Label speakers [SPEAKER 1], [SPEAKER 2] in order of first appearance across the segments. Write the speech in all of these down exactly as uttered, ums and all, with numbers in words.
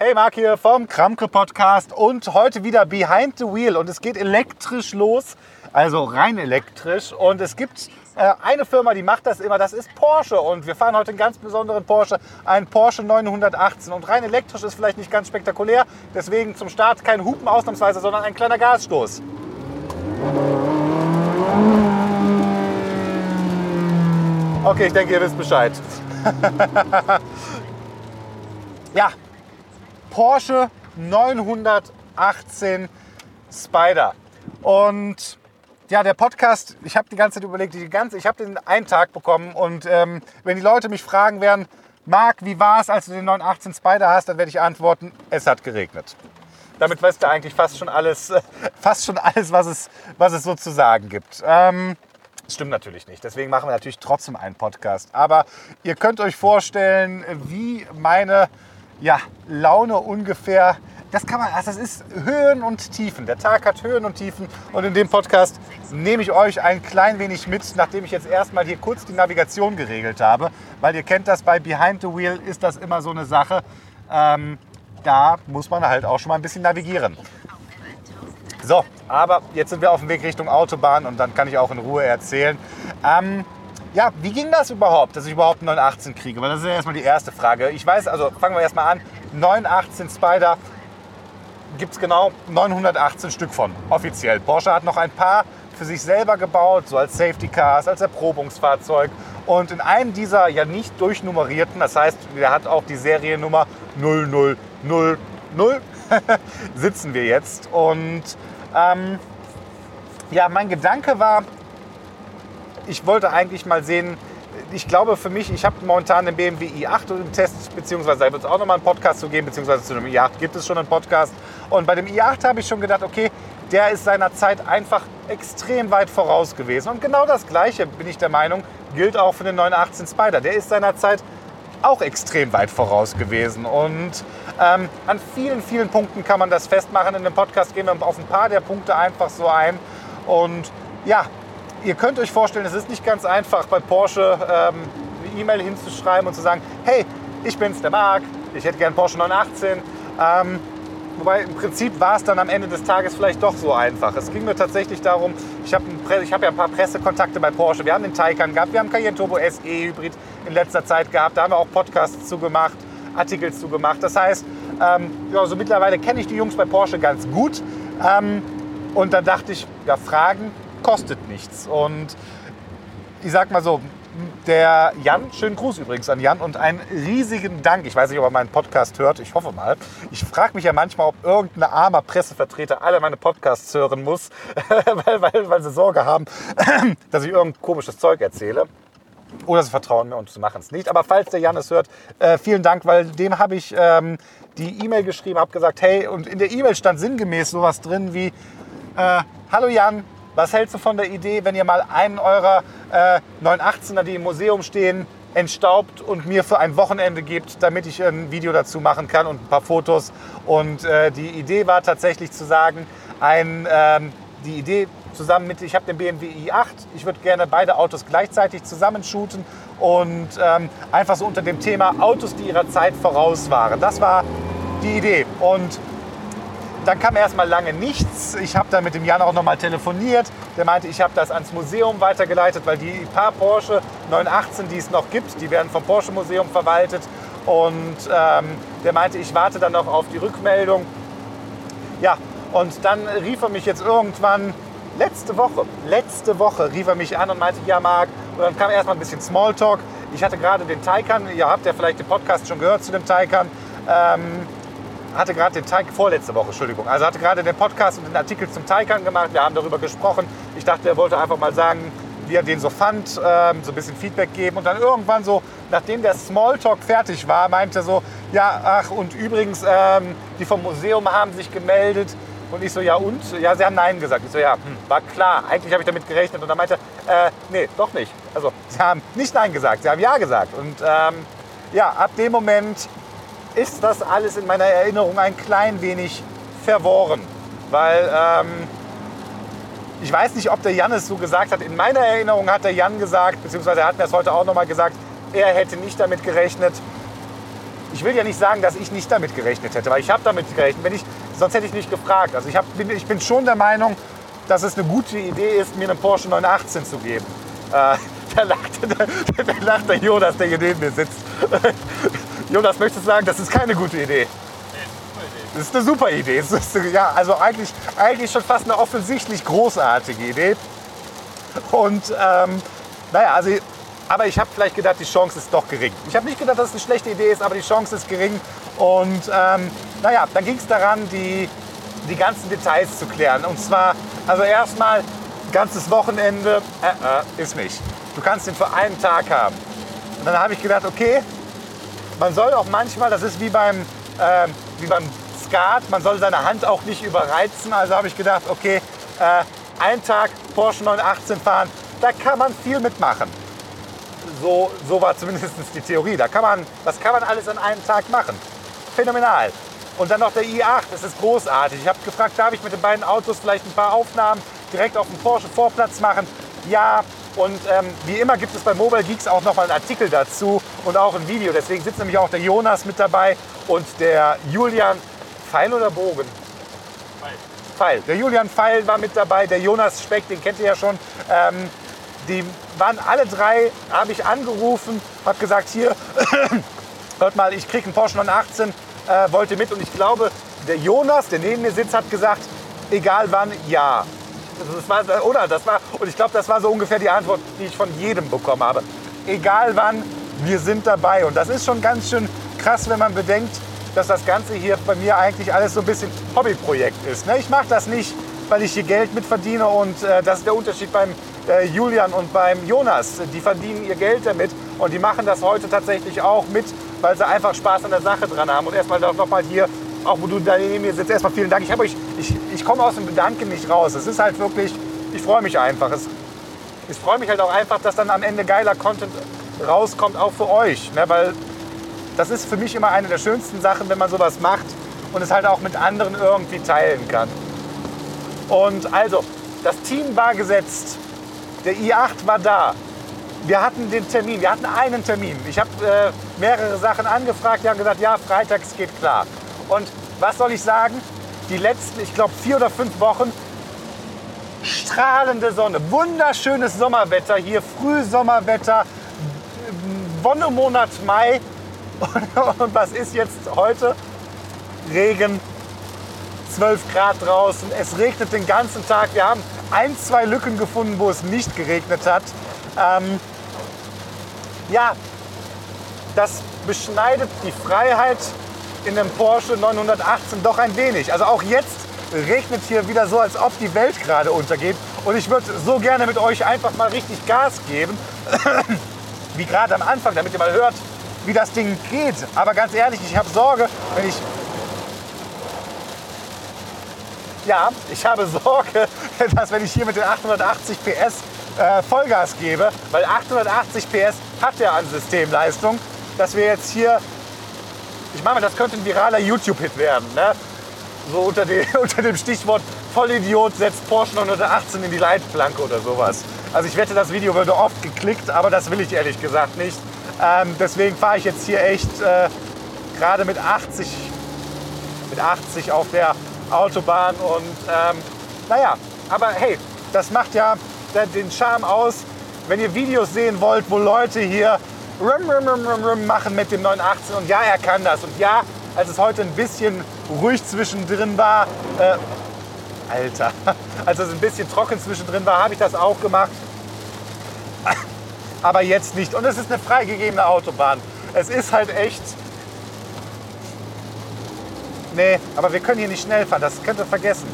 [SPEAKER 1] Hey, Marc hier vom Kramke Podcast und heute wieder Behind the Wheel und es geht elektrisch los, also rein elektrisch und es gibt äh, eine Firma, die macht das immer, das ist Porsche und wir fahren heute einen ganz besonderen Porsche, einen Porsche neunhundertachtzehn und rein elektrisch ist vielleicht nicht ganz spektakulär, deswegen zum Start kein Hupen ausnahmsweise, sondern ein kleiner Gasstoß. Okay, ich denke, ihr wisst Bescheid. Ja, Porsche neunhundertachtzehn Spyder. Und ja, der Podcast, ich habe die ganze Zeit überlegt, die ganze, ich habe den einen Tag bekommen und ähm, wenn die Leute mich fragen werden, Marc, wie war es, als du den neunhundertachtzehn Spyder hast, dann werde ich antworten, es hat geregnet. Damit weißt du eigentlich fast schon alles, fast schon alles, was es, was es so zu sagen gibt. Ähm, das stimmt natürlich nicht, deswegen machen wir natürlich trotzdem einen Podcast. Aber ihr könnt euch vorstellen, wie meine ja, Laune ungefähr, das kann man, also das ist Höhen und Tiefen. Der Tag hat Höhen und Tiefen und in dem Podcast nehme ich euch ein klein wenig mit, nachdem ich jetzt erstmal hier kurz die Navigation geregelt habe, weil ihr kennt das, bei Behind the Wheel ist das immer so eine Sache, ähm, da muss man halt auch schon mal ein bisschen navigieren. So, aber jetzt sind wir auf dem Weg Richtung Autobahn und dann kann ich auch in Ruhe erzählen. Ähm, Ja, wie ging das überhaupt, dass ich überhaupt einen neunhundertachtzehn kriege? Weil das ist ja erstmal die erste Frage. Ich weiß, also fangen wir erstmal an. neunhundertachtzehn Spyder gibt es genau neunhundertachtzehn Stück von, offiziell. Porsche hat noch ein paar für sich selber gebaut, so als Safety Cars, als Erprobungsfahrzeug. Und in einem dieser ja nicht durchnummerierten, das heißt, der hat auch die Seriennummer null null null null, sitzen wir jetzt. Und ähm, ja, mein Gedanke war, ich wollte eigentlich mal sehen, ich glaube für mich, ich habe momentan den B M W i acht im Test, beziehungsweise da wird es auch nochmal einen Podcast zu geben, beziehungsweise zu dem i acht gibt es schon einen Podcast. Und bei dem i acht habe ich schon gedacht, okay, der ist seiner Zeit einfach extrem weit voraus gewesen. Und genau das Gleiche, bin ich der Meinung, gilt auch für den neunhundertachtzehn Spyder. Der ist seiner Zeit auch extrem weit voraus gewesen. Und ähm, an vielen, vielen Punkten kann man das festmachen. In dem Podcast gehen wir auf ein paar der Punkte einfach so ein. Und ja, ihr könnt euch vorstellen, es ist nicht ganz einfach, bei Porsche ähm, eine E-Mail hinzuschreiben und zu sagen, hey, ich bin's, der Marc, ich hätte gern Porsche neunhundertachtzehn. Ähm, wobei im Prinzip war es dann am Ende des Tages vielleicht doch so einfach. Es ging mir tatsächlich darum, ich habe hab ja ein paar Pressekontakte bei Porsche. Wir haben den Taycan gehabt, wir haben Cayenne Turbo S E Hybrid in letzter Zeit gehabt. Da haben wir auch Podcasts zu gemacht, Artikel zu gemacht. Das heißt, ähm, ja, so mittlerweile kenne ich die Jungs bei Porsche ganz gut. Ähm, und dann dachte ich, ja, Fragen kostet nichts. Und ich sag mal so, der Jan, schönen Gruß übrigens an Jan und einen riesigen Dank. Ich weiß nicht, ob er meinen Podcast hört, ich hoffe mal. Ich frage mich ja manchmal, ob irgendein armer Pressevertreter alle meine Podcasts hören muss, weil, weil, weil sie Sorge haben, dass ich irgendein komisches Zeug erzähle. Oder sie vertrauen mir und sie machen es nicht. Aber falls der Jan es hört, äh, vielen Dank, weil dem habe ich ähm, die E-Mail geschrieben, habe gesagt, hey, und in der E-Mail stand sinngemäß sowas drin wie, äh, hallo Jan, was hältst du von der Idee, wenn ihr mal einen eurer äh, neunhundertachtzehner, die im Museum stehen, entstaubt und mir für ein Wochenende gibt, damit ich ein Video dazu machen kann und ein paar Fotos. Und äh, die Idee war tatsächlich zu sagen, ein, ähm, die Idee zusammen mit, ich habe den B M W i acht, ich würde gerne beide Autos gleichzeitig zusammenshooten und ähm, einfach so unter dem Thema Autos, die ihrer Zeit voraus waren. Das war die Idee. Und dann kam erstmal lange nichts. Ich habe dann mit dem Jan auch nochmal telefoniert. Der meinte, ich habe das ans Museum weitergeleitet, weil die paar Porsche neunhundertachtzehn, die es noch gibt, die werden vom Porsche Museum verwaltet. Und ähm, der meinte, ich warte dann noch auf die Rückmeldung. Ja, und dann rief er mich jetzt irgendwann, letzte Woche, letzte Woche rief er mich an und meinte, ja Marc, und dann kam erstmal ein bisschen Smalltalk. Ich hatte gerade den Taycan, ihr habt ja vielleicht den Podcast schon gehört zu dem Taycan, ähm, hatte gerade den Taycan, vorletzte Woche, Entschuldigung, also hatte gerade den Podcast und den Artikel zum Taycan gemacht, wir haben darüber gesprochen. Ich dachte, er wollte einfach mal sagen, wie er den so fand, ähm, so ein bisschen Feedback geben und dann irgendwann so, nachdem der Smalltalk fertig war, meinte er so, ja, ach und übrigens, ähm, die vom Museum haben sich gemeldet und ich so, ja und? Ja, sie haben Nein gesagt. Ich so, ja, hm, war klar, eigentlich habe ich damit gerechnet und dann meinte er, äh, nee, doch nicht. Also, sie haben nicht Nein gesagt, sie haben Ja gesagt und ähm, ja, ab dem Moment ist das alles in meiner Erinnerung ein klein wenig verworren. Weil ähm, ich weiß nicht, ob der Jan es so gesagt hat. In meiner Erinnerung hat der Jan gesagt, beziehungsweise er hat mir das heute auch nochmal gesagt, er hätte nicht damit gerechnet, ich will ja nicht sagen, dass ich nicht damit gerechnet hätte, weil ich habe damit gerechnet, wenn ich, sonst hätte ich nicht gefragt. Also ich, hab, bin, ich bin schon der Meinung, dass es eine gute Idee ist, mir einen Porsche neun achtzehn zu geben. Äh, da, lacht, da, da lacht der Jonas, der hier neben mir sitzt. Jonas, möchtest du sagen, das ist keine gute Idee? Das ist eine super Idee. Das ist, ja, also eigentlich, eigentlich schon fast eine offensichtlich großartige Idee. Und ähm, naja, also, aber ich habe vielleicht gedacht, die Chance ist doch gering. Ich habe nicht gedacht, dass es eine schlechte Idee ist, aber die Chance ist gering. Und ähm, naja, dann ging es daran, die, die ganzen Details zu klären. Und zwar, also erstmal, ganzes Wochenende äh, äh, ist nicht. Du kannst den für einen Tag haben. Und dann habe ich gedacht, okay, man soll auch manchmal, das ist wie beim, äh, wie beim Skat, man soll seine Hand auch nicht überreizen. Also habe ich gedacht, okay, äh, ein Tag Porsche neun achtzehn fahren, da kann man viel mitmachen. So, so war zumindest die Theorie. Da kann man, das kann man alles an einem Tag machen. Phänomenal. Und dann noch der i acht, das ist großartig. Ich habe gefragt, darf ich mit den beiden Autos vielleicht ein paar Aufnahmen direkt auf dem Porsche-Vorplatz machen? Ja, und ähm, wie immer gibt es bei Mobile Geeks auch noch mal einen Artikel dazu und auch ein Video. Deswegen sitzt nämlich auch der Jonas mit dabei und der Julian. Pfeil oder Bogen? Pfeil. Pfeil. Der Julian Pfeil war mit dabei, der Jonas Speck, den kennt ihr ja schon. Ähm, die waren alle drei, habe ich angerufen, habe gesagt, hier, hört mal, ich kriege einen Porsche neun achtzehn, äh, wollt ihr mit? Und ich glaube, der Jonas, der neben mir sitzt, hat gesagt, egal wann, ja. Das war, oder? Das war, und ich glaube, das war so ungefähr die Antwort, die ich von jedem bekommen habe. Egal wann, wir sind dabei. Und das ist schon ganz schön krass, wenn man bedenkt, dass das Ganze hier bei mir eigentlich alles so ein bisschen Hobbyprojekt ist. Ich mache das nicht, weil ich hier Geld mit verdiene und äh, das ist der Unterschied beim äh, Julian und beim Jonas. Die verdienen ihr Geld damit und die machen das heute tatsächlich auch mit, weil sie einfach Spaß an der Sache dran haben. Und erstmal noch mal hier, auch wo du da neben mir sitzt, erstmal vielen Dank. Ich, euch, ich, ich komme aus dem Bedanken nicht raus. Es ist halt wirklich, ich freue mich einfach. Es, ich freue mich halt auch einfach, dass dann am Ende geiler Content rauskommt, auch für euch. Ne? Weil das ist für mich immer eine der schönsten Sachen, wenn man sowas macht und es halt auch mit anderen irgendwie teilen kann. Und also, das Team war gesetzt. Der i acht war da. Wir hatten den Termin, wir hatten einen Termin. Ich habe äh, mehrere Sachen angefragt, die haben gesagt, ja, freitags geht klar. Und was soll ich sagen? Die letzten, ich glaube, vier oder fünf Wochen, strahlende Sonne, wunderschönes Sommerwetter hier, Frühsommerwetter, Wonnemonat Mai. Und was ist jetzt heute? Regen, zwölf Grad draußen, es regnet den ganzen Tag. Wir haben ein, zwei Lücken gefunden, wo es nicht geregnet hat. Ähm, ja, das beschneidet die Freiheit in dem Porsche neun achtzehn doch ein wenig. Also auch jetzt regnet hier wieder so, als ob die Welt gerade untergeht. Und ich würde so gerne mit euch einfach mal richtig Gas geben, wie gerade am Anfang, damit ihr mal hört, wie das Ding geht. Aber ganz ehrlich, ich habe Sorge, wenn ich... Ja, ich habe Sorge, dass wenn ich hier mit den achthundertachtzig P S äh, Vollgas gebe, weil achthundertachtzig P S hat ja an Systemleistung, dass wir jetzt hier... Ich meine, das könnte ein viraler YouTube-Hit werden, ne? So unter, die, unter dem Stichwort Vollidiot setzt Porsche neun achtzehn in die Leitplanke oder sowas. Also ich wette, das Video würde oft geklickt, aber das will ich ehrlich gesagt nicht. Ähm, deswegen fahre ich jetzt hier echt äh, gerade mit achtzig, mit achtzig auf der Autobahn. Und ähm, naja, aber hey, das macht ja den Charme aus, wenn ihr Videos sehen wollt, wo Leute hier rum, rum, rum, rum, rum machen mit dem neun achtzehn. Und ja, er kann das. Und ja, als es heute ein bisschen ruhig zwischendrin war, äh, Alter, als es ein bisschen trocken zwischendrin war, habe ich das auch gemacht. Aber jetzt nicht. Und es ist eine freigegebene Autobahn. Es ist halt echt... Nee, aber wir können hier nicht schnell fahren. Das könnt ihr vergessen.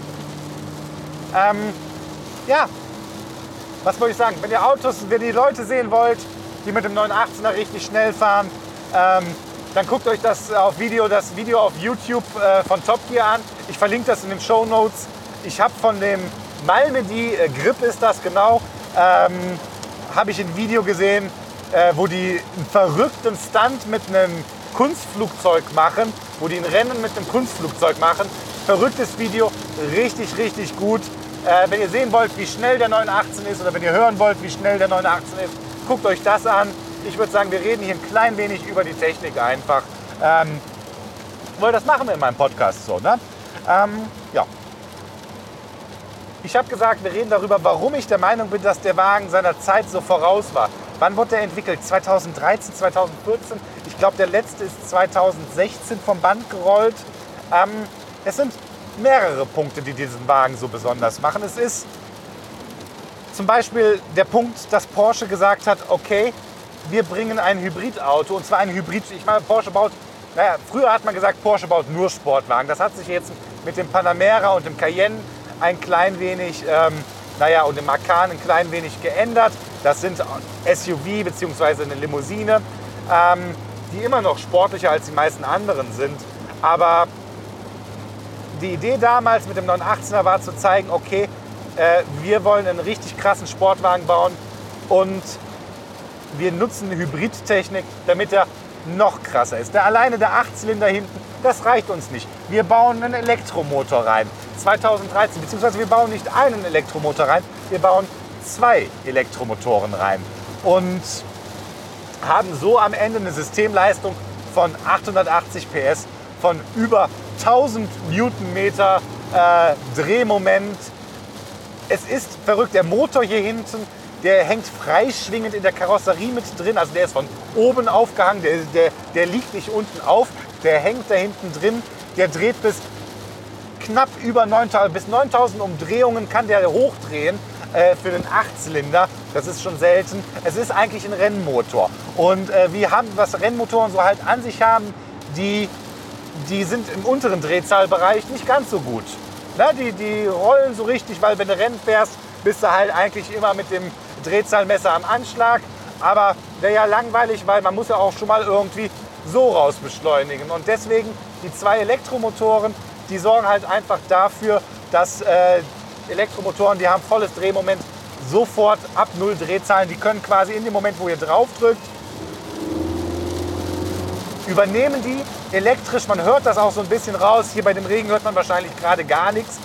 [SPEAKER 1] Ähm, ja, was wollte ich sagen? Wenn ihr Autos, wenn ihr die Leute sehen wollt, die mit dem neun achtzehner richtig schnell fahren, ähm, dann guckt euch das auf Video, das Video auf YouTube äh, von Top Gear an. Ich verlinke das in den Shownotes. Ich habe von dem Malmedy, äh, Grip ist das genau, ähm, habe ich ein Video gesehen, äh, wo die einen verrückten Stunt mit einem Kunstflugzeug machen, wo die ein Rennen mit einem Kunstflugzeug machen. Verrücktes Video, richtig, richtig gut. Äh, wenn ihr sehen wollt, wie schnell der neun achtzehn ist oder wenn ihr hören wollt, wie schnell der neun achtzehn ist, guckt euch das an. Ich würde sagen, wir reden hier ein klein wenig über die Technik einfach. Ähm, weil das machen wir in meinem Podcast so. Ne? Ähm, ja. Ich habe gesagt, wir reden darüber, warum ich der Meinung bin, dass der Wagen seiner Zeit so voraus war. Wann wurde der entwickelt? zweitausenddreizehn, zweitausendvierzehn? Ich glaube, der letzte ist zweitausendsechzehn vom Band gerollt. Ähm, es sind mehrere Punkte, die diesen Wagen so besonders machen. Es ist zum Beispiel der Punkt, dass Porsche gesagt hat, okay, wir bringen ein Hybridauto, und zwar ein Hybrid. Ich meine, Porsche baut, naja, früher hat man gesagt, Porsche baut nur Sportwagen. Das hat sich jetzt mit dem Panamera und dem Cayenne ein klein wenig, ähm, naja, und dem Macan ein klein wenig geändert. Das sind S U V bzw. eine Limousine, ähm, die immer noch sportlicher als die meisten anderen sind. Aber die Idee damals mit dem neunhundertachtzehner war zu zeigen, okay, äh, wir wollen einen richtig krassen Sportwagen bauen und wir nutzen eine Hybridtechnik, damit er noch krasser ist. Der, alleine der Achtzylinder hinten, das reicht uns nicht. Wir bauen einen Elektromotor rein. zweitausenddreizehn, beziehungsweise wir bauen nicht einen Elektromotor rein, wir bauen zwei Elektromotoren rein. Und haben so am Ende eine Systemleistung von achthundertachtzig P S, von über tausend Newtonmeter äh, Drehmoment. Es ist verrückt, der Motor hier hinten, der hängt freischwingend in der Karosserie mit drin. Also der ist von oben aufgehangen, der, der, der liegt nicht unten auf, der hängt da hinten drin. Der dreht bis knapp über neuntausend, bis neuntausend Umdrehungen kann der hochdrehen äh, für den Achtzylinder. Das ist schon selten. Es ist eigentlich ein Rennmotor. Und äh, wir haben, was Rennmotoren so halt an sich haben, die, die sind im unteren Drehzahlbereich nicht ganz so gut. Na, die, die rollen so richtig, weil wenn du Rennen fährst, bist du halt eigentlich immer mit dem Drehzahlmesser am Anschlag. Aber wäre ja langweilig, weil man muss ja auch schon mal irgendwie so raus beschleunigen. Und deswegen die zwei Elektromotoren, die sorgen halt einfach dafür, dass äh, Elektromotoren, die haben volles Drehmoment, sofort ab null Drehzahlen. Die können quasi in dem Moment, wo ihr drauf drückt, übernehmen die elektrisch. Man hört das auch so ein bisschen raus. Hier bei dem Regen hört man wahrscheinlich gerade gar nichts.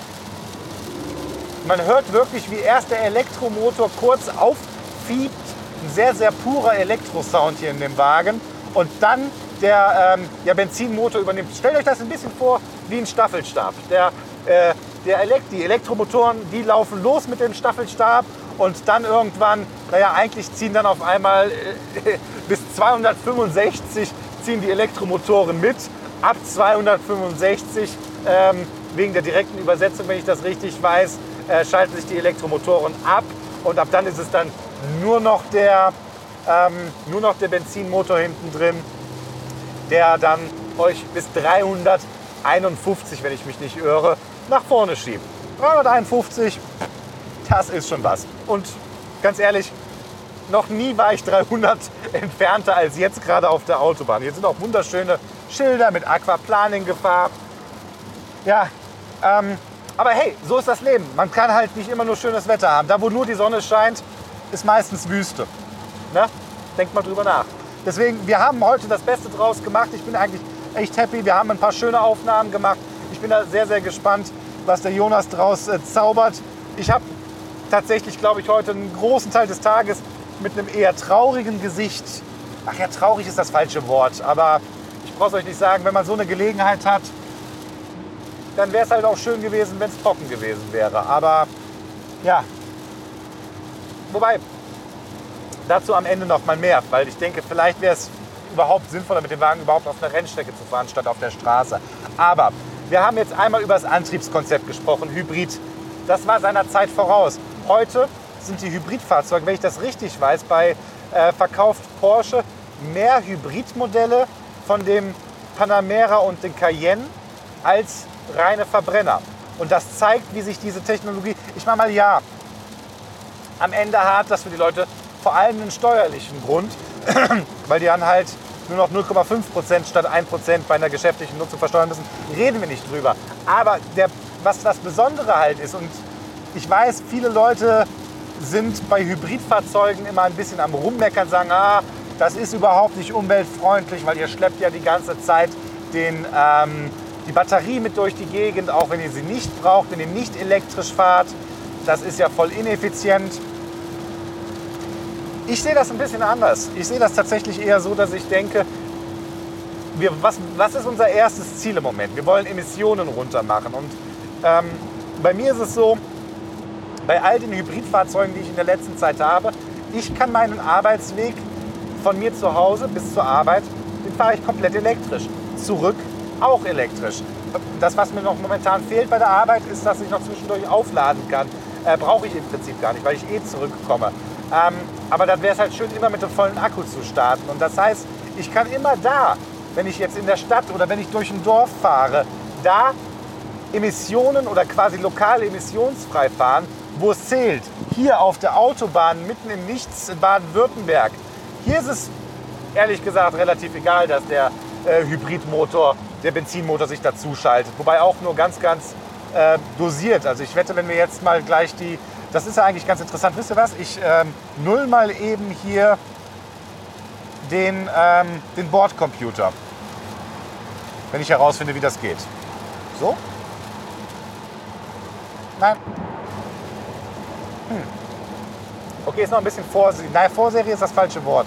[SPEAKER 1] Man hört wirklich, wie erst der Elektromotor kurz auffiebt. Ein sehr, sehr purer Elektrosound hier in dem Wagen. Und dann der ähm, ja, Benzinmotor übernimmt. Stellt euch das ein bisschen vor wie ein Staffelstab. Der, äh, der Elekt die Elektromotoren, die laufen los mit dem Staffelstab und dann irgendwann, naja, eigentlich ziehen dann auf einmal äh, bis zweihundertfünfundsechzig ziehen die Elektromotoren mit. Ab zweihundertfünfundsechzig, ähm, wegen der direkten Übersetzung, wenn ich das richtig weiß, äh, schalten sich die Elektromotoren ab und ab dann ist es dann nur noch der, ähm, nur noch der Benzinmotor hinten drin, der dann euch bis dreihunderteinundfünfzig, wenn ich mich nicht irre, nach vorne schiebt. dreihunderteinundfünfzig, das ist schon was. Und ganz ehrlich, noch nie war ich dreihundert entfernter als jetzt gerade auf der Autobahn. Hier sind auch wunderschöne Schilder mit Aquaplaning-Gefahr. Ja, ähm, aber hey, so ist das Leben. Man kann halt nicht immer nur schönes Wetter haben. Da, wo nur die Sonne scheint, ist meistens Wüste. Ne? Denkt mal drüber nach. Deswegen, wir haben heute das Beste draus gemacht. Ich bin eigentlich echt happy. Wir haben ein paar schöne Aufnahmen gemacht. Ich bin da sehr, sehr gespannt, was der Jonas draus äh, zaubert. Ich habe tatsächlich, glaube ich, heute einen großen Teil des Tages mit einem eher traurigen Gesicht. Ach ja, traurig ist das falsche Wort. Aber ich brauche es euch nicht sagen, wenn man so eine Gelegenheit hat, dann wäre es halt auch schön gewesen, wenn es trocken gewesen wäre. Aber ja, wobei, dazu am Ende noch mal mehr, weil ich denke, vielleicht wäre es überhaupt sinnvoller, mit dem Wagen überhaupt auf einer Rennstrecke zu fahren, statt auf der Straße. Aber wir haben jetzt einmal über das Antriebskonzept gesprochen, Hybrid. Das war seiner Zeit voraus. Heute sind die Hybridfahrzeuge, wenn ich das richtig weiß, bei äh, verkauft Porsche mehr Hybridmodelle von dem Panamera und dem Cayenne als reine Verbrenner. Und das zeigt, wie sich diese Technologie, ich meine mal ja, am Ende hat das für die Leute vor allem einen steuerlichen Grund, weil die dann halt nur noch null Komma fünf Prozent statt ein Prozent bei einer geschäftlichen Nutzung versteuern müssen. Reden wir nicht drüber. Aber der, was das Besondere halt ist, und ich weiß, viele Leute sind bei Hybridfahrzeugen immer ein bisschen am Rummeckern, sagen, ah, das ist überhaupt nicht umweltfreundlich, weil ihr schleppt ja die ganze Zeit den, ähm, die Batterie mit durch die Gegend, auch wenn ihr sie nicht braucht, wenn ihr nicht elektrisch fahrt. Das ist ja voll ineffizient. Ich sehe das ein bisschen anders. Ich sehe das tatsächlich eher so, dass ich denke, wir, was, was ist unser erstes Ziel im Moment? Wir wollen Emissionen runter machen. Und ähm, bei mir ist es so, bei all den Hybridfahrzeugen, die ich in der letzten Zeit habe, ich kann meinen Arbeitsweg von mir zu Hause bis zur Arbeit, den fahre ich komplett elektrisch. Zurück auch elektrisch. Das, was mir noch momentan fehlt bei der Arbeit, ist, dass ich noch zwischendurch aufladen kann. Äh, brauche ich im Prinzip gar nicht, weil ich eh zurückkomme. Ähm, aber dann wäre es halt schön, immer mit dem vollen Akku zu starten. Und das heißt, ich kann immer da, wenn ich jetzt in der Stadt oder wenn ich durch ein Dorf fahre, da Emissionen oder quasi lokal emissionsfrei fahren, wo es zählt. Hier auf der Autobahn, mitten im Nichts in Baden-Württemberg. Hier ist es ehrlich gesagt relativ egal, dass der äh, Hybridmotor, der Benzinmotor sich dazu schaltet. Wobei auch nur ganz, ganz äh, dosiert. Also ich wette, wenn wir jetzt mal gleich die... Das ist ja eigentlich ganz interessant. Wisst ihr was? Ich ähm, null mal eben hier den, ähm, den Bordcomputer. Wenn ich herausfinde, wie das geht. So? Nein. Hm. Okay, ist noch ein bisschen Vorserie. Nein, Vorserie ist das falsche Wort.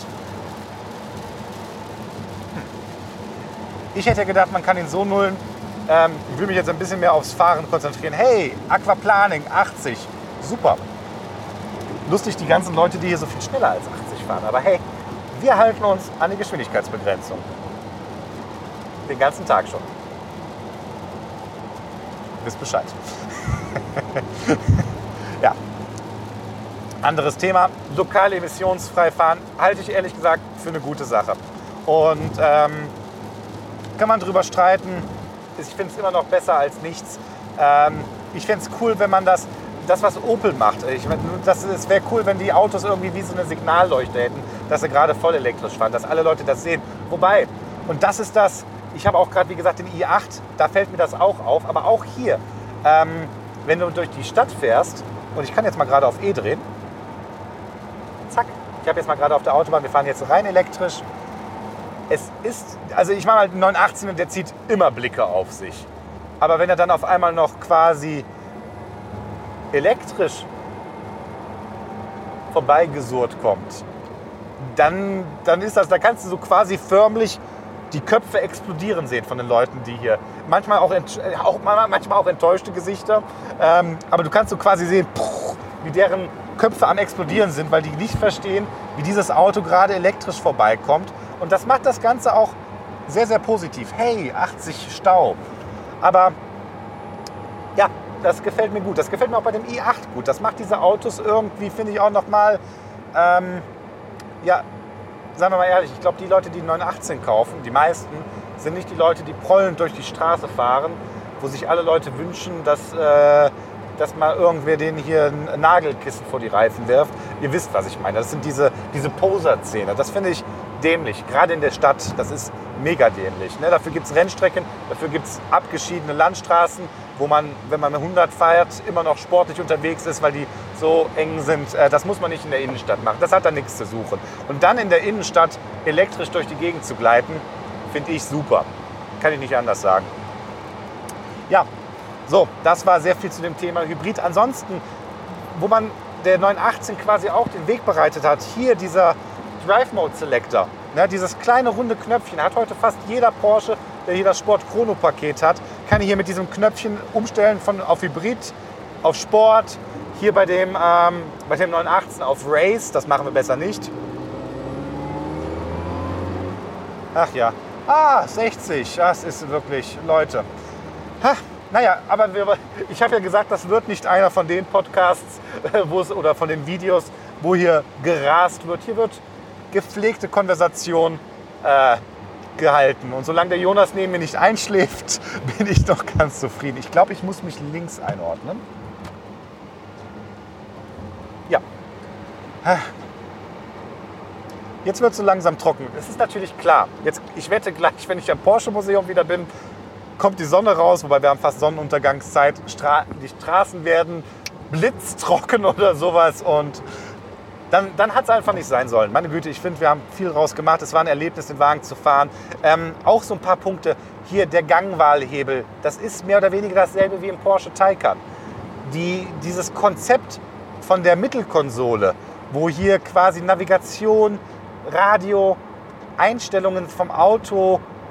[SPEAKER 1] Hm. Ich hätte gedacht, man kann ihn so nullen. Ähm, ich will mich jetzt ein bisschen mehr aufs Fahren konzentrieren. Hey, Aquaplaning, achtzig. Super. Lustig, die ganzen Leute, die hier so viel schneller als achtzig fahren. Aber hey, wir halten uns an die Geschwindigkeitsbegrenzung. Den ganzen Tag schon. Wisst Bescheid. Ja. Anderes Thema. Lokal emissionsfrei fahren halte ich ehrlich gesagt für eine gute Sache. Und ähm, kann man drüber streiten. Ich finde es immer noch besser als nichts. Ähm, ich fände es cool, wenn man das, das was Opel macht. Ich, das, es wäre cool, wenn die Autos irgendwie wie so eine Signalleuchte hätten, dass sie gerade voll elektrisch fahren, dass alle Leute das sehen. Wobei, und das ist das, ich habe auch gerade, wie gesagt, den i acht, da fällt mir das auch auf, aber auch hier, ähm, wenn du durch die Stadt fährst, und ich kann jetzt mal gerade auf E drehen, zack, ich habe jetzt mal gerade auf der Autobahn, wir fahren jetzt rein elektrisch. Es ist, also ich mache halt einen neun achtzehn und der zieht immer Blicke auf sich. Aber wenn er dann auf einmal noch quasi elektrisch vorbeigesurrt kommt, dann, dann ist das, da kannst du so quasi förmlich die Köpfe explodieren sehen von den Leuten, die hier, manchmal auch, auch, manchmal auch enttäuschte Gesichter, ähm, aber du kannst so quasi sehen, wie deren Köpfe am explodieren sind, weil die nicht verstehen, wie dieses Auto gerade elektrisch vorbeikommt. Und das macht das Ganze auch sehr, sehr positiv. Hey, achtzig Stau. Aber ja, das gefällt mir gut. Das gefällt mir auch bei dem i acht gut. Das macht diese Autos irgendwie, finde ich, auch nochmal, ähm, ja, sagen wir mal ehrlich, ich glaube, die Leute, die einen neun achtzehn kaufen, die meisten, sind nicht die Leute, die prollend durch die Straße fahren, wo sich alle Leute wünschen, dass, äh, dass mal irgendwer denen hier ein Nagelkissen vor die Reifen wirft. Ihr wisst, was ich meine. Das sind diese, diese Poser-Szene. Das finde ich dämlich, gerade in der Stadt. Das ist mega dämlich. Ne? Dafür gibt es Rennstrecken, dafür gibt es abgeschiedene Landstraßen, wo man, wenn man mit hundert fährt, immer noch sportlich unterwegs ist, weil die so eng sind. Das muss man nicht in der Innenstadt machen. Das hat da nichts zu suchen. Und dann in der Innenstadt elektrisch durch die Gegend zu gleiten, finde ich super. Kann ich nicht anders sagen. Ja, so, das war sehr viel zu dem Thema Hybrid. Ansonsten, wo man der neun achtzehn quasi auch den Weg bereitet hat, hier dieser Drive Mode Selector, ne, dieses kleine runde Knöpfchen, hat heute fast jeder Porsche, der hier das Sport Chrono Paket hat, kann hier mit diesem Knöpfchen umstellen von auf Hybrid, auf Sport, hier bei dem, ähm, bei dem neun achtzehn auf Race, das machen wir besser nicht. Ach ja, ah, sechzig, das ist wirklich, Leute. Ha, naja, aber wir, ich habe ja gesagt, das wird nicht einer von den Podcasts wo es, oder von den Videos, wo hier gerast wird. Hier wird gepflegte Konversation äh, gehalten. Und solange der Jonas neben mir nicht einschläft, bin ich doch ganz zufrieden. Ich glaube, ich muss mich links einordnen. Ja. Jetzt wird es so langsam trocken. Es ist natürlich klar. Jetzt, ich wette gleich, wenn ich am Porsche-Museum wieder bin, kommt die Sonne raus, wobei wir haben fast Sonnenuntergangszeit. Stra- die Straßen werden blitztrocken oder sowas und dann, dann hat es einfach nicht sein sollen. Meine Güte, ich finde, wir haben viel raus gemacht. Es war ein Erlebnis, den Wagen zu fahren. Ähm, auch so ein paar Punkte. Hier der Gangwahlhebel. Das ist mehr oder weniger dasselbe wie im Porsche Taycan. Die, dieses Konzept von der Mittelkonsole, wo hier quasi Navigation, Radio, Einstellungen vom Auto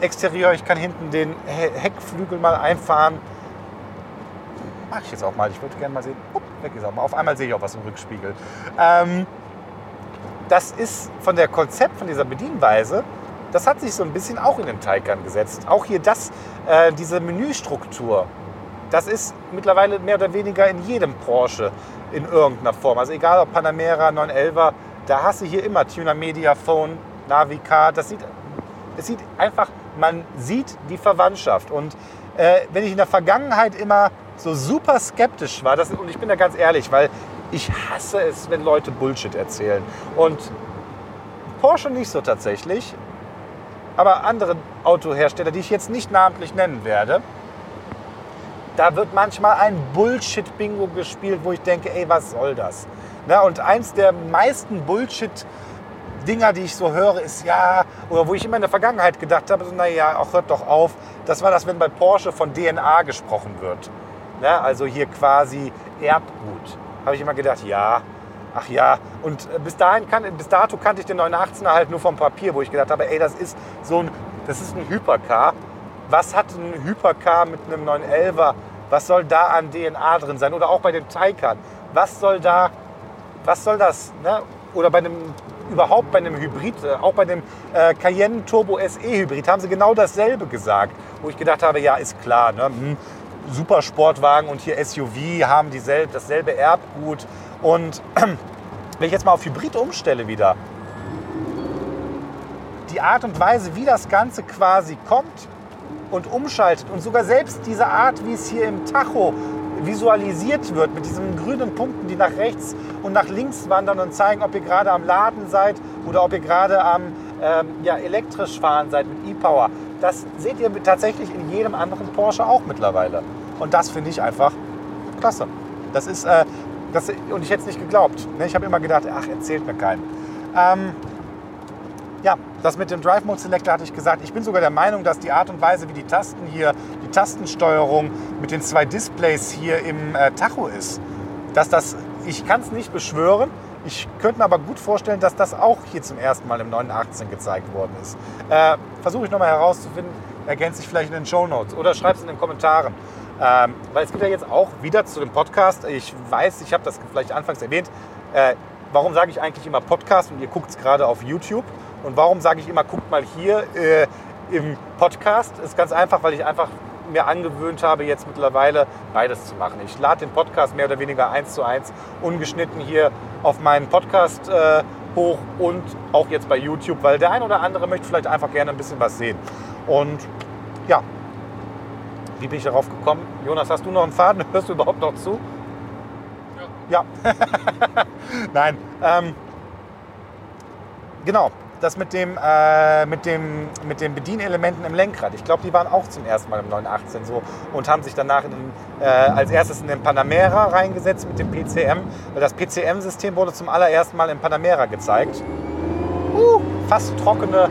[SPEAKER 1] Exterieur, ich kann hinten den Heckflügel mal einfahren. Mach ich jetzt auch mal. Ich würde gerne mal sehen. Upp, weg ist auch mal. Auf einmal sehe ich auch was im Rückspiegel. Ähm, das ist von der Konzept, von dieser Bedienweise, das hat sich so ein bisschen auch in den Taycan gesetzt. Auch hier das, äh, diese Menüstruktur, das ist mittlerweile mehr oder weniger in jedem Porsche in irgendeiner Form. Also egal ob Panamera, neun elfer, da hast du hier immer Tuner Media Phone, Navicar. Das sieht, es sieht einfach, man sieht die Verwandtschaft. Und äh, wenn ich in der Vergangenheit immer so super skeptisch war, das, und ich bin da ganz ehrlich, weil ich hasse es, wenn Leute Bullshit erzählen. Und Porsche nicht so tatsächlich, aber andere Autohersteller, die ich jetzt nicht namentlich nennen werde, da wird manchmal ein Bullshit-Bingo gespielt, wo ich denke, ey, was soll das? Na, und eins der meisten Bullshit-Dinger, die ich so höre, ist ja, oder wo ich immer in der Vergangenheit gedacht habe, so, naja, auch hört doch auf, das war das, wenn bei Porsche von D N A gesprochen wird. Na, also hier quasi Erbgut. Habe ich immer gedacht, ja, ach ja. Und bis dahin kan- bis dato kannte ich den neun achtzehner halt nur vom Papier, wo ich gedacht habe, ey, das ist so ein, das ist ein Hypercar. Was hat ein Hypercar mit einem neun elfer? Was soll da an D N A drin sein? Oder auch bei dem Taycan. Was soll da, was soll das? Ne? Oder bei einem, überhaupt bei einem Hybrid, auch bei dem äh, Cayenne Turbo S E Hybrid haben sie genau dasselbe gesagt. Wo ich gedacht habe, ja, ist klar, ne? Hm, Supersportwagen und hier S U V haben dieselbe, dasselbe Erbgut. Und wenn ich jetzt mal auf Hybrid umstelle wieder, die Art und Weise, wie das Ganze quasi kommt und umschaltet und sogar selbst diese Art, wie es hier im Tacho visualisiert wird, mit diesen grünen Punkten, die nach rechts und nach links wandern und zeigen, ob ihr gerade am Laden seid oder ob ihr gerade am ähm, ja, elektrisch fahren seid mit E-Power. Das seht ihr tatsächlich in jedem anderen Porsche auch mittlerweile. Und das finde ich einfach klasse. Das ist, äh, das, und ich hätte es nicht geglaubt. Ne? Ich habe immer gedacht, ach, erzählt mir keinen. Ähm, Ja, das mit dem Drive Mode Selector hatte ich gesagt. Ich bin sogar der Meinung, dass die Art und Weise, wie die Tasten hier, die Tastensteuerung mit den zwei Displays hier im äh, Tacho ist, dass das, ich kann es nicht beschwören, ich könnte mir aber gut vorstellen, dass das auch hier zum ersten Mal im neun achtzehn gezeigt worden ist. Äh, Versuche ich nochmal herauszufinden, ergänze ich vielleicht in den Shownotes oder schreibe es in den Kommentaren. Ähm, weil es gibt ja jetzt auch wieder zu dem Podcast, ich weiß, ich habe das vielleicht anfangs erwähnt, äh, warum sage ich eigentlich immer Podcast und ihr guckt es gerade auf YouTube? Und warum sage ich immer, guckt mal hier äh, im Podcast? Ist ganz einfach, weil ich einfach mir angewöhnt habe, jetzt mittlerweile beides zu machen. Ich lade den Podcast mehr oder weniger eins zu eins ungeschnitten hier auf meinen Podcast äh, hoch und auch jetzt bei YouTube, weil der ein oder andere möchte vielleicht einfach gerne ein bisschen was sehen. Und ja, wie bin ich darauf gekommen? Jonas, hast du noch einen Faden? Hörst du überhaupt noch zu? Ja. Ja. Nein. Ähm, genau. Das mit, dem, äh, mit, dem, mit den Bedienelementen im Lenkrad. Ich glaube, die waren auch zum ersten Mal im neun achtzehn so und haben sich danach in den, äh, als erstes in den Panamera reingesetzt mit dem P C M. Weil das P C M-System wurde zum allerersten Mal im Panamera gezeigt. Uh, fast trockene,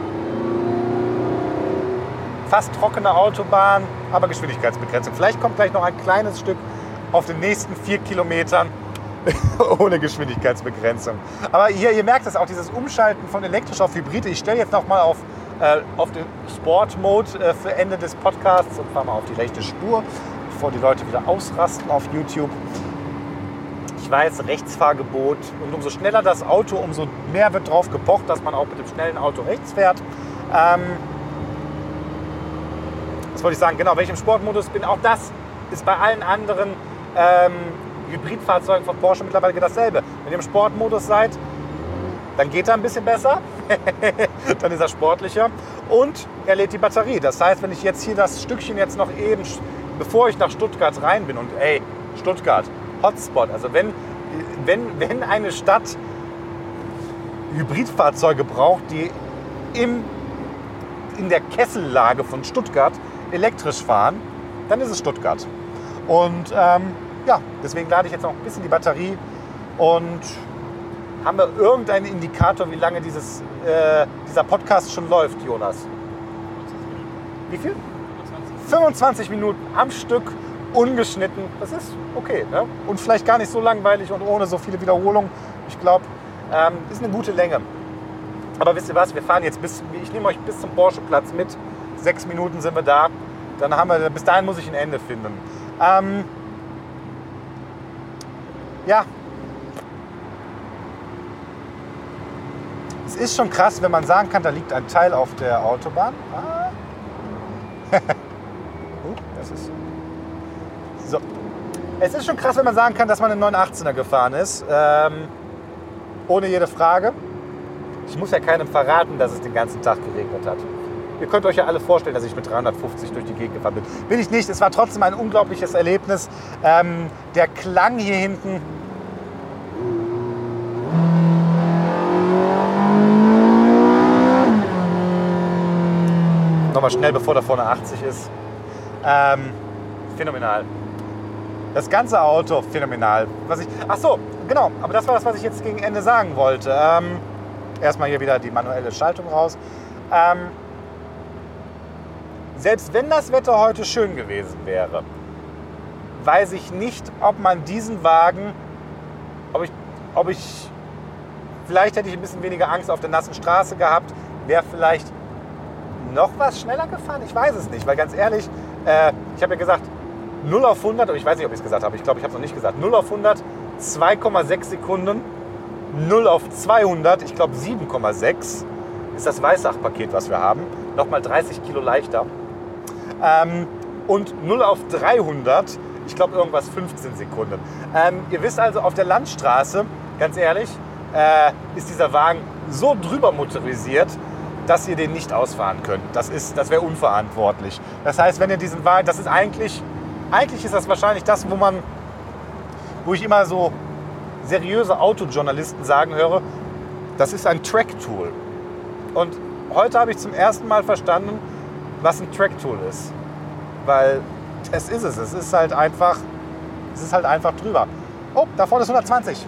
[SPEAKER 1] fast trockene Autobahn, aber Geschwindigkeitsbegrenzung. Vielleicht kommt gleich noch ein kleines Stück auf den nächsten vier Kilometern. Ohne Geschwindigkeitsbegrenzung. Aber hier, ihr merkt es auch, dieses Umschalten von elektrisch auf Hybrid. Ich stelle jetzt noch mal auf, äh, auf den Sport-Mode äh, für Ende des Podcasts und fahre mal auf die rechte Spur, bevor die Leute wieder ausrasten auf YouTube. Ich weiß, Rechtsfahrgebot. Und umso schneller das Auto, umso mehr wird drauf gepocht, dass man auch mit dem schnellen Auto rechts fährt. Ähm, das wollte ich sagen, genau, wenn ich im Sportmodus bin, auch das ist bei allen anderen ähm, Hybridfahrzeugen von Porsche mittlerweile dasselbe. Wenn ihr im Sportmodus seid, dann geht er ein bisschen besser, dann ist er sportlicher und er lädt die Batterie. Das heißt, wenn ich jetzt hier das Stückchen jetzt noch eben, bevor ich nach Stuttgart rein bin und ey, Stuttgart, Hotspot, also wenn, wenn, wenn eine Stadt Hybridfahrzeuge braucht, die im, in der Kessellage von Stuttgart elektrisch fahren, dann ist es Stuttgart. Und ähm, ja, deswegen lade ich jetzt noch ein bisschen die Batterie und haben wir irgendeinen Indikator, wie lange dieses, äh, dieser Podcast schon läuft, Jonas? Wie viel? fünfundzwanzig Minuten am Stück, ungeschnitten. Das ist okay, ne? Und vielleicht gar nicht so langweilig und ohne so viele Wiederholungen. Ich glaube, ähm, ist eine gute Länge. Aber wisst ihr was, wir fahren jetzt bis, ich nehme euch bis zum Porsche-Platz mit. sechs Minuten sind wir da. Dann haben wir, bis dahin muss ich ein Ende finden. Ähm, ja. Es ist schon krass, wenn man sagen kann, da liegt ein Teil auf der Autobahn. Ah. uh, das ist so. Es ist schon krass, wenn man sagen kann, dass man einen neunhundertachtzehner gefahren ist. Ähm, ohne jede Frage. Ich muss ja keinem verraten, dass es den ganzen Tag geregnet hat. Ihr könnt euch ja alle vorstellen, dass ich mit dreihundertfünfzig durch die Gegend gefahren bin. Bin ich nicht. Es war trotzdem ein unglaubliches Erlebnis. Ähm, der Klang hier hinten. Nochmal schnell, bevor da vorne achtzig ist. Ähm, phänomenal. Das ganze Auto, phänomenal. Was ich, ach so, genau. Aber das war das, was ich jetzt gegen Ende sagen wollte. Ähm, erstmal hier wieder die manuelle Schaltung raus. Ähm, Selbst wenn das Wetter heute schön gewesen wäre, weiß ich nicht, ob man diesen Wagen, ob ich, ob ich, vielleicht hätte ich ein bisschen weniger Angst auf der nassen Straße gehabt, wäre vielleicht noch was schneller gefahren. Ich weiß es nicht, weil ganz ehrlich, äh, ich habe ja gesagt, null auf hundert, aber ich weiß nicht, ob ich es gesagt habe, ich glaube, ich habe es noch nicht gesagt, null auf hundert, zwei Komma sechs Sekunden, null auf zweihundert, ich glaube sieben Komma sechs ist das Weissach-Paket, was wir haben, nochmal dreißig Kilo leichter. Ähm, und null auf dreihundert, ich glaube irgendwas fünfzehn Sekunden. Ähm, ihr wisst also, auf der Landstraße, ganz ehrlich, äh, ist dieser Wagen so drüber motorisiert, dass ihr den nicht ausfahren könnt. Das ist, das wäre unverantwortlich. Das heißt, wenn ihr diesen Wagen, das ist eigentlich, eigentlich ist das wahrscheinlich das, wo man, wo ich immer so seriöse Autojournalisten sagen höre, das ist ein Track-Tool. Und heute habe ich zum ersten Mal verstanden, was ein Track-Tool ist. Weil es ist es. Es ist halt einfach, es ist halt einfach drüber. Oh, da vorne ist hundertzwanzig.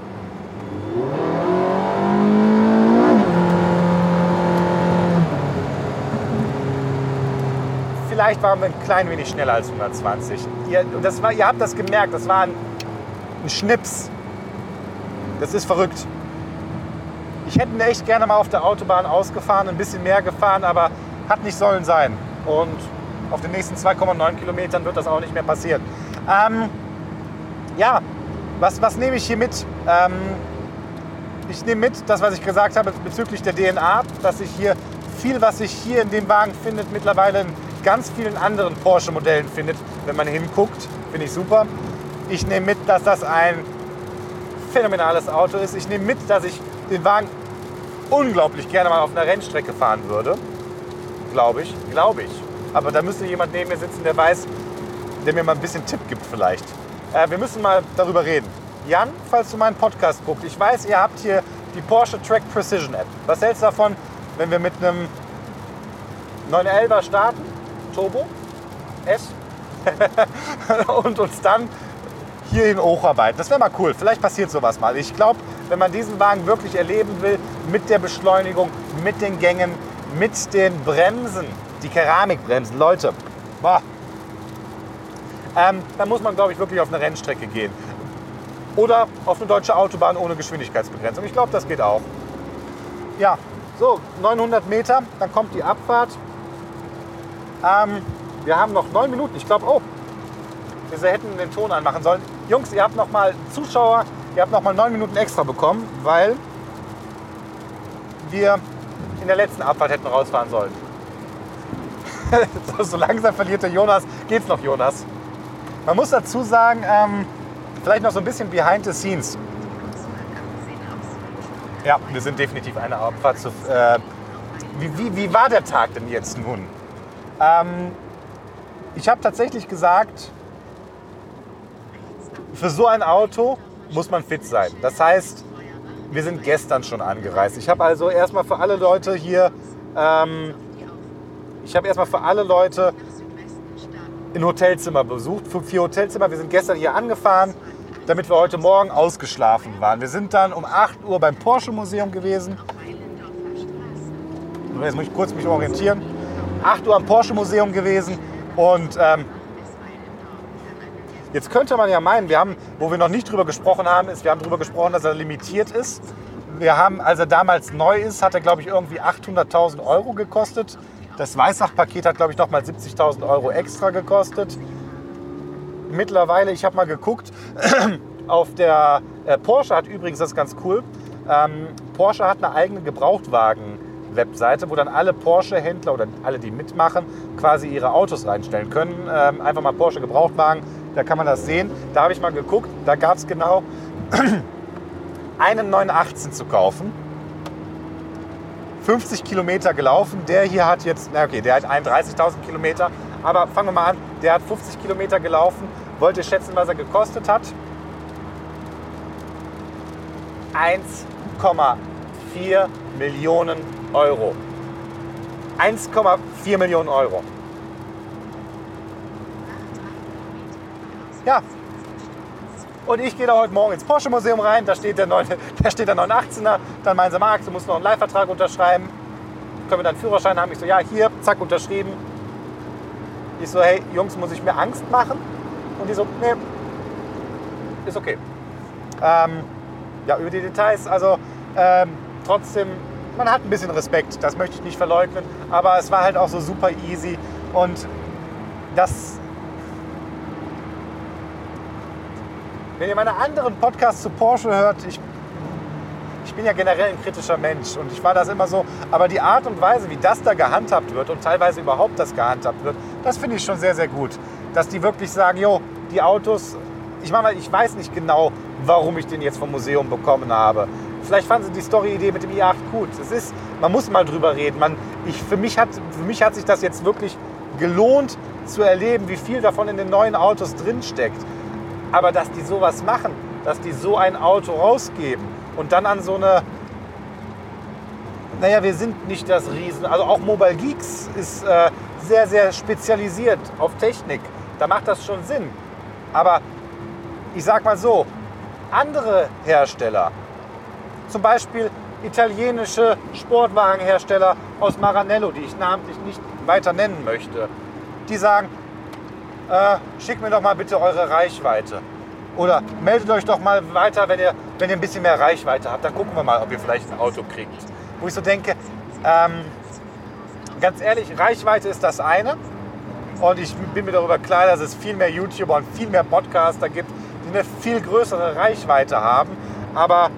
[SPEAKER 1] Vielleicht waren wir ein klein wenig schneller als hundertzwanzig. Ihr, das war, ihr habt das gemerkt, das war ein, ein Schnips. Das ist verrückt. Ich hätte ihn echt gerne mal auf der Autobahn ausgefahren, ein bisschen mehr gefahren, aber hat nicht sollen sein. Und auf den nächsten zwei Komma neun Kilometern wird das auch nicht mehr passieren. Ähm, ja, was, was nehme ich hier mit? Ähm, ich nehme mit, das, was ich gesagt habe bezüglich der D N A, dass sich hier viel, was sich hier in dem Wagen findet, mittlerweile in ganz vielen anderen Porsche-Modellen findet, wenn man hinguckt. Finde ich super. Ich nehme mit, dass das ein phänomenales Auto ist. Ich nehme mit, dass ich den Wagen unglaublich gerne mal auf einer Rennstrecke fahren würde. Glaube ich, glaube ich. Aber da müsste jemand neben mir sitzen, der weiß, der mir mal ein bisschen Tipp gibt vielleicht. Äh, wir müssen mal darüber reden. Jan, falls du meinen Podcast guckst, ich weiß, ihr habt hier die Porsche Track Precision App. Was hältst du davon, wenn wir mit einem neunhundertelfer starten, Turbo, S, und uns dann hierhin hocharbeiten? Das wäre mal cool. Vielleicht passiert sowas mal. Ich glaube, wenn man diesen Wagen wirklich erleben will, mit der Beschleunigung, mit den Gängen, mit den Bremsen, die Keramikbremsen, Leute, boah, ähm, dann muss man, glaube ich, wirklich auf eine Rennstrecke gehen. Oder auf eine deutsche Autobahn ohne Geschwindigkeitsbegrenzung. Ich glaube, das geht auch. Ja, so, neunhundert Meter, dann kommt die Abfahrt. Ähm, wir haben noch neun Minuten. Ich glaube, oh, wir hätten den Ton anmachen sollen. Jungs, ihr habt noch mal Zuschauer, ihr habt noch mal neun Minuten extra bekommen, weil wir in der letzten Abfahrt hätten rausfahren sollen. So langsam verliert der Jonas. Geht's noch, Jonas? Man muss dazu sagen, ähm, vielleicht noch so ein bisschen behind the scenes. Ja, wir sind definitiv eine Abfahrt zu... Äh, wie, wie, wie war der Tag denn jetzt nun? Ähm, ich habe tatsächlich gesagt, für so ein Auto muss man fit sein. Das heißt, wir sind gestern schon angereist. Ich habe also erstmal für alle Leute hier, ähm, ich habe erstmal für alle Leute ein Hotelzimmer besucht, für vier Hotelzimmer. Wir sind gestern hier angefahren, damit wir heute Morgen ausgeschlafen waren. Wir sind dann um acht Uhr beim Porsche Museum gewesen. Jetzt muss ich kurz mich orientieren. acht Uhr am Porsche Museum gewesen und ähm, jetzt könnte man ja meinen, wir haben, wo wir noch nicht drüber gesprochen haben, ist, wir haben drüber gesprochen, dass er limitiert ist. Wir haben, als er damals neu ist, hat er, glaube ich, irgendwie achthunderttausend Euro gekostet. Das Weissach-Paket hat, glaube ich, nochmal siebzigtausend Euro extra gekostet. Mittlerweile, ich habe mal geguckt, auf der äh, Porsche hat übrigens, das ist ganz cool, ähm, Porsche hat eine eigene Gebrauchtwagen-Webseite, wo dann alle Porsche-Händler oder alle, die mitmachen, quasi ihre Autos reinstellen können. Ähm, einfach mal Porsche Gebrauchtwagen, da kann man das sehen. Da habe ich mal geguckt, da gab es genau einen neun achtzehn zu kaufen. fünfzig Kilometer gelaufen. Der hier hat jetzt, na okay, der hat einunddreißigtausend Kilometer. Aber fangen wir mal an, der hat fünfzig Kilometer gelaufen. Wollt ihr schätzen, was er gekostet hat? eins Komma vier Millionen Euro. eins Komma vier Millionen Euro. Ja. Und ich gehe da heute Morgen ins Porsche Museum rein, da steht der, neun, da steht der neun achtzehner. Dann meinen sie, Marc, du musst noch einen Leihvertrag unterschreiben. Können wir dann einen Führerschein haben? Ich so, ja, hier, zack, unterschrieben. Ich so, hey, Jungs, muss ich mir Angst machen? Und die so, nee, ist okay. Ähm, ja, über die Details, also ähm, trotzdem, man hat ein bisschen Respekt, das möchte ich nicht verleugnen, aber es war halt auch so super easy und das, wenn ihr meine anderen Podcasts zu Porsche hört, ich, ich bin ja generell ein kritischer Mensch und ich war das immer so, aber die Art und Weise, wie das da gehandhabt wird und teilweise überhaupt das gehandhabt wird, das finde ich schon sehr, sehr gut, dass die wirklich sagen, jo, die Autos, ich meine, ich weiß nicht genau, warum ich den jetzt vom Museum bekommen habe. Vielleicht fanden sie die Story-Idee mit dem i acht gut. Es ist, man muss mal drüber reden. Man, ich, für, mich hat, für mich hat sich das jetzt wirklich gelohnt zu erleben, wie viel davon in den neuen Autos drinsteckt. Aber dass die sowas machen, dass die so ein Auto rausgeben und dann an so eine, naja, wir sind nicht das Riesen, also auch Mobile Geeks ist äh, sehr, sehr spezialisiert auf Technik. Da macht das schon Sinn. Aber ich sag mal so, andere Hersteller, zum Beispiel italienische Sportwagenhersteller aus Maranello, die ich namentlich nicht weiter nennen möchte, die sagen, äh, schickt mir doch mal bitte eure Reichweite. Oder meldet euch doch mal weiter, wenn ihr, wenn ihr ein bisschen mehr Reichweite habt. Dann gucken wir mal, ob ihr vielleicht ein Auto kriegt. Wo ich so denke, ähm, ganz ehrlich, Reichweite ist das eine. Und ich bin mir darüber klar, dass es viel mehr YouTuber und viel mehr Podcaster gibt, die eine viel größere Reichweite haben. Aber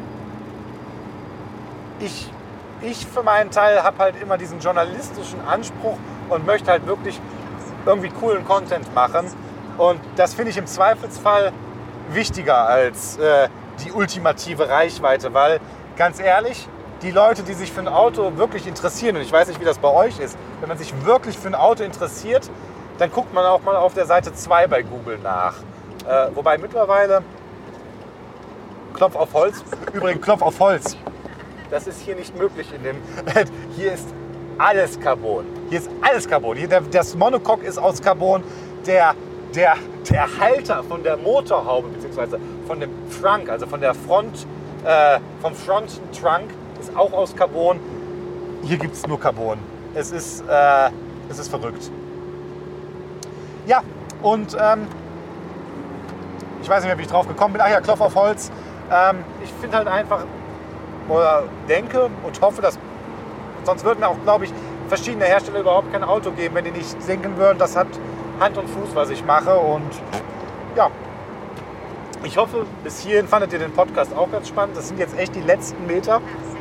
[SPEAKER 1] ich, ich für meinen Teil habe halt immer diesen journalistischen Anspruch und möchte halt wirklich irgendwie coolen Content machen. Und das finde ich im Zweifelsfall wichtiger als äh, die ultimative Reichweite, weil ganz ehrlich, die Leute, die sich für ein Auto wirklich interessieren, und ich weiß nicht, wie das bei euch ist, wenn man sich wirklich für ein Auto interessiert, dann guckt man auch mal auf der Seite zwei bei Google nach. Äh, wobei mittlerweile, Klopf auf Holz, übrigens Klopf auf Holz, das ist hier nicht möglich in dem, hier ist alles Carbon. Hier ist alles Carbon. Hier, der, das Monocoque ist aus Carbon, der, der, der Halter von der Motorhaube, beziehungsweise von dem Trunk, also von der Front, äh, vom Front Trunk, ist auch aus Carbon. Hier gibt es nur Carbon. Es ist, äh, es ist verrückt. Ja, und ähm, ich weiß nicht mehr, wie ich drauf gekommen bin. Ach ja, Klopf auf Holz. Ähm, ich finde halt einfach, oder denke und hoffe, dass, sonst würden auch, glaube ich, verschiedene Hersteller überhaupt kein Auto geben, wenn die nicht denken würden, das hat Hand und Fuß, was ich mache. Und ja, ich hoffe, bis hierhin fandet ihr den Podcast auch ganz spannend. Das sind jetzt echt die letzten Meter.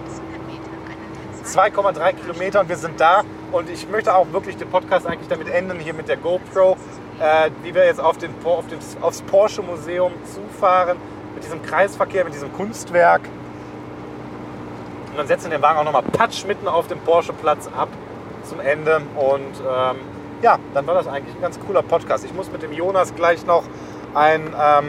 [SPEAKER 1] zwei Komma drei Kilometer und wir sind da. Und ich möchte auch wirklich den Podcast eigentlich damit enden, hier mit der GoPro, äh, wie wir jetzt auf den, auf den, aufs Porsche Museum zufahren, mit diesem Kreisverkehr, mit diesem Kunstwerk. Und dann setzen wir den Wagen auch nochmal patsch mitten auf dem Porsche-Platz ab zum Ende. Und ähm, ja, dann war das eigentlich ein ganz cooler Podcast. Ich muss mit dem Jonas gleich noch ein, ähm,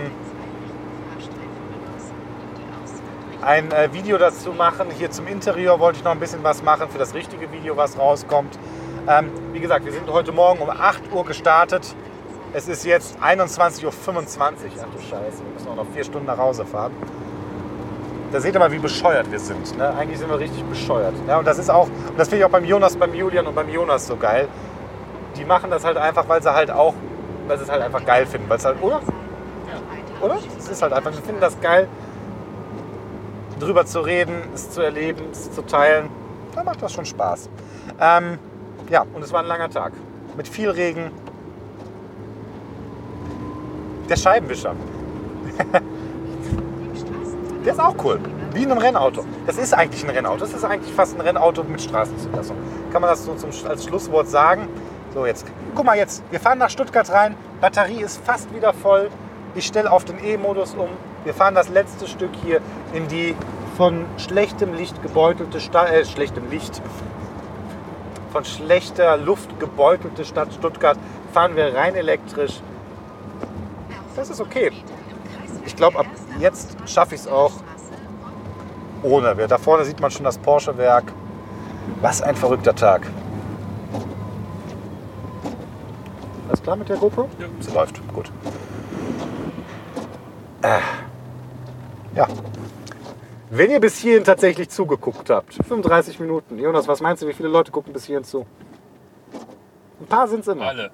[SPEAKER 1] ein äh, Video dazu machen. Hier zum Interieur wollte ich noch ein bisschen was machen für das richtige Video, was rauskommt. Ähm, wie gesagt, wir sind heute Morgen um acht Uhr gestartet. Es ist jetzt einundzwanzig Uhr fünfundzwanzig. Ach du Scheiße, wir müssen auch noch vier Stunden nach Hause fahren. Da seht ihr mal, wie bescheuert wir sind. Ne? Eigentlich sind wir richtig bescheuert. Ja, und das ist auch, und das finde ich auch beim Jonas, beim Julian und beim Jonas so geil. Die machen das halt einfach, weil sie halt auch, weil sie es halt einfach geil finden. Weil es halt, oder? Ja. Oder? Es ist halt einfach, wir finden das geil, drüber zu reden, es zu erleben, es zu teilen. Da macht das schon Spaß. Ähm, Ja, und es war ein langer Tag. Mit viel Regen. Der Scheibenwischer. Der ist auch cool. Wie in einem Rennauto. Das ist eigentlich ein Rennauto. Das ist eigentlich fast ein Rennauto mit Straßenzulassung. Kann man das so zum, als Schlusswort sagen? So, jetzt. Guck mal jetzt. Wir fahren nach Stuttgart rein. Batterie ist fast wieder voll. Ich stelle auf den E-Modus um. Wir fahren das letzte Stück hier in die von schlechtem Licht gebeutelte Stadt. Äh, schlechtem Licht. Von schlechter Luft gebeutelte Stadt Stuttgart. Fahren wir rein elektrisch. Das ist okay. Ich glaube, ab jetzt schaffe ich es auch ohne. Da vorne sieht man schon das Porsche-Werk. Was ein verrückter Tag. Alles klar mit der GoPro?
[SPEAKER 2] Ja.
[SPEAKER 1] Sie läuft. Gut. Äh. Ja. Wenn ihr bis hierhin tatsächlich zugeguckt habt, fünfunddreißig Minuten. Jonas, was meinst du, wie viele Leute gucken bis hierhin zu? Ein paar sind es immer.
[SPEAKER 2] Alle.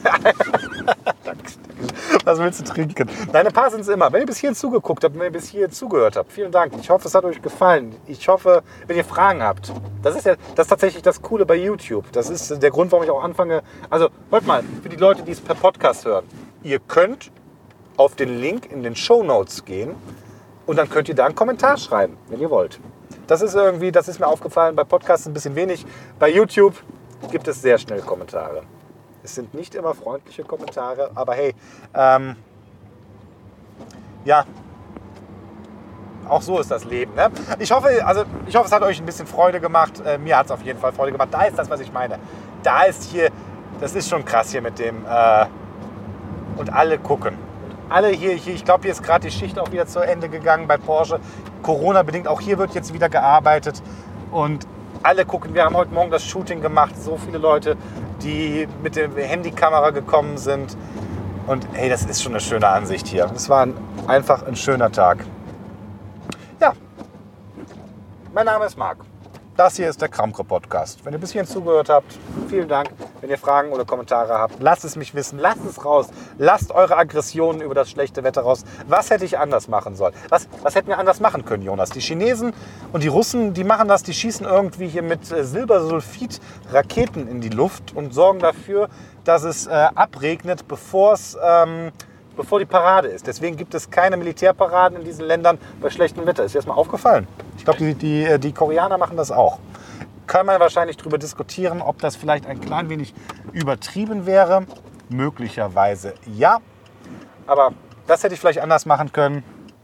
[SPEAKER 1] Was willst du trinken? Nein, ein paar sind es immer. Wenn ihr bis hierhin zugeguckt habt, wenn ihr bis hierhin zugehört habt, vielen Dank. Ich hoffe, es hat euch gefallen. Ich hoffe, wenn ihr Fragen habt. Das ist ja das ist tatsächlich das Coole bei YouTube. Das ist der Grund, warum ich auch anfange. Also, hört mal, für die Leute, die es per Podcast hören. Ihr könnt auf den Link in den Shownotes gehen und dann könnt ihr da einen Kommentar schreiben, wenn ihr wollt. Das ist irgendwie, das ist mir aufgefallen, bei Podcasts ein bisschen wenig. Bei YouTube gibt es sehr schnell Kommentare. Es sind nicht immer freundliche Kommentare, aber hey, ähm, ja, auch so ist das Leben. Ne? Ich hoffe, also ich hoffe, es hat euch ein bisschen Freude gemacht. Äh, mir hat es auf jeden Fall Freude gemacht. Da ist das, was ich meine. Da ist hier, das ist schon krass hier mit dem, äh, und alle gucken. Und alle hier, hier ich glaube, hier ist gerade die Schicht auch wieder zu Ende gegangen bei Porsche. Corona-bedingt, auch hier wird jetzt wieder gearbeitet. Und alle gucken, wir haben heute Morgen das Shooting gemacht. So viele Leute, die mit der Handykamera gekommen sind. Und hey, das ist schon eine schöne Ansicht hier. Es war ein, einfach ein schöner Tag. Ja, mein Name ist Marc. Das hier ist der Kramkre Podcast. Wenn ihr bis hierhin zugehört habt, vielen Dank. Wenn ihr Fragen oder Kommentare habt, lasst es mich wissen. Lasst es raus. Lasst eure Aggressionen über das schlechte Wetter raus. Was hätte ich anders machen sollen? Was, was hätten wir anders machen können, Jonas? Die Chinesen und die Russen, die machen das. Die schießen irgendwie hier mit Silbersulfid Raketen in die Luft und sorgen dafür, dass es äh, abregnet, bevor es... Ähm, bevor die Parade ist. Deswegen gibt es keine Militärparaden in diesen Ländern bei schlechtem Wetter. Ist dir das mal aufgefallen? Ich glaube, die, die, die Koreaner machen das auch. Kann man wahrscheinlich darüber diskutieren, ob das vielleicht ein klein wenig übertrieben wäre. Möglicherweise ja. Aber das hätte ich vielleicht anders machen können.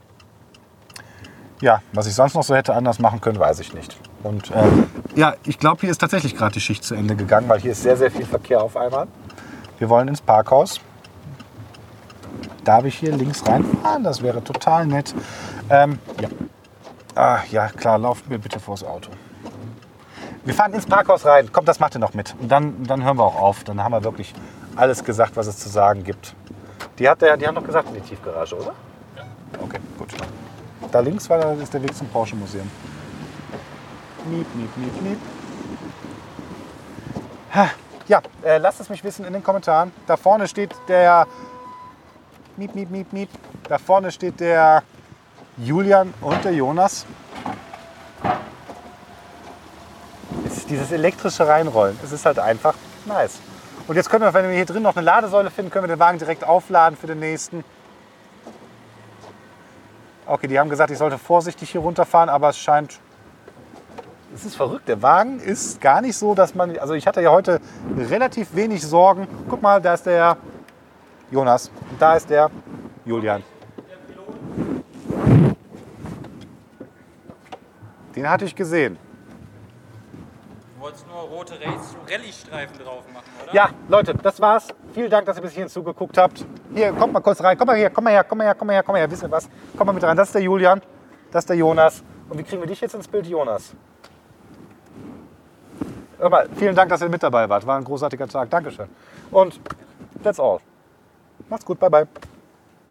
[SPEAKER 1] Ja, was ich sonst noch so hätte anders machen können, weiß ich nicht. Und äh, ja, ich glaube, hier ist tatsächlich gerade die Schicht zu Ende gegangen, weil hier ist sehr, sehr viel Verkehr auf einmal. Wir wollen ins Parkhaus. Darf ich hier links reinfahren? Das wäre total nett. Ähm, ja. Ah, ja, klar, lauft mir bitte vors Auto. Wir fahren ins Parkhaus rein. Komm, das macht ihr noch mit. Und dann, dann hören wir auch auf. Dann haben wir wirklich alles gesagt, was es zu sagen gibt. Die, hat der, die haben doch gesagt in die Tiefgarage, oder?
[SPEAKER 2] Ja.
[SPEAKER 1] Okay, gut. Da links war, da ist der Weg zum Porsche Museum. Miep, miep, miep, miep. Ja, äh, lasst es mich wissen in den Kommentaren. Da vorne steht der... Miep, miep, miep, miep. Da vorne steht der Julian und der Jonas. Es ist dieses elektrische Reinrollen. Es ist halt einfach nice. Und jetzt können wir, wenn wir hier drin noch eine Ladesäule finden, können wir den Wagen direkt aufladen für den nächsten. Okay, die haben gesagt, ich sollte vorsichtig hier runterfahren, aber es scheint... Es ist verrückt. Der Wagen ist gar nicht so, dass man... Also ich hatte ja heute relativ wenig Sorgen. Guck mal, da ist der... Jonas. Und da ist der Julian. Den hatte ich gesehen.
[SPEAKER 2] Du wolltest nur rote Rallye-Streifen drauf machen, oder?
[SPEAKER 1] Ja, Leute, das war's. Vielen Dank, dass ihr bis hierhin zugeguckt habt. Hier, kommt mal kurz rein. Komm mal hier, komm mal her, komm mal her, komm mal her, komm mal her. Wisst ihr was? Komm mal mit rein. Das ist der Julian, das ist der Jonas. Und wie kriegen wir dich jetzt ins Bild, Jonas? Hör mal, vielen Dank, dass ihr mit dabei wart. War ein großartiger Tag. Dankeschön. Und that's all. Macht's gut, bye bye.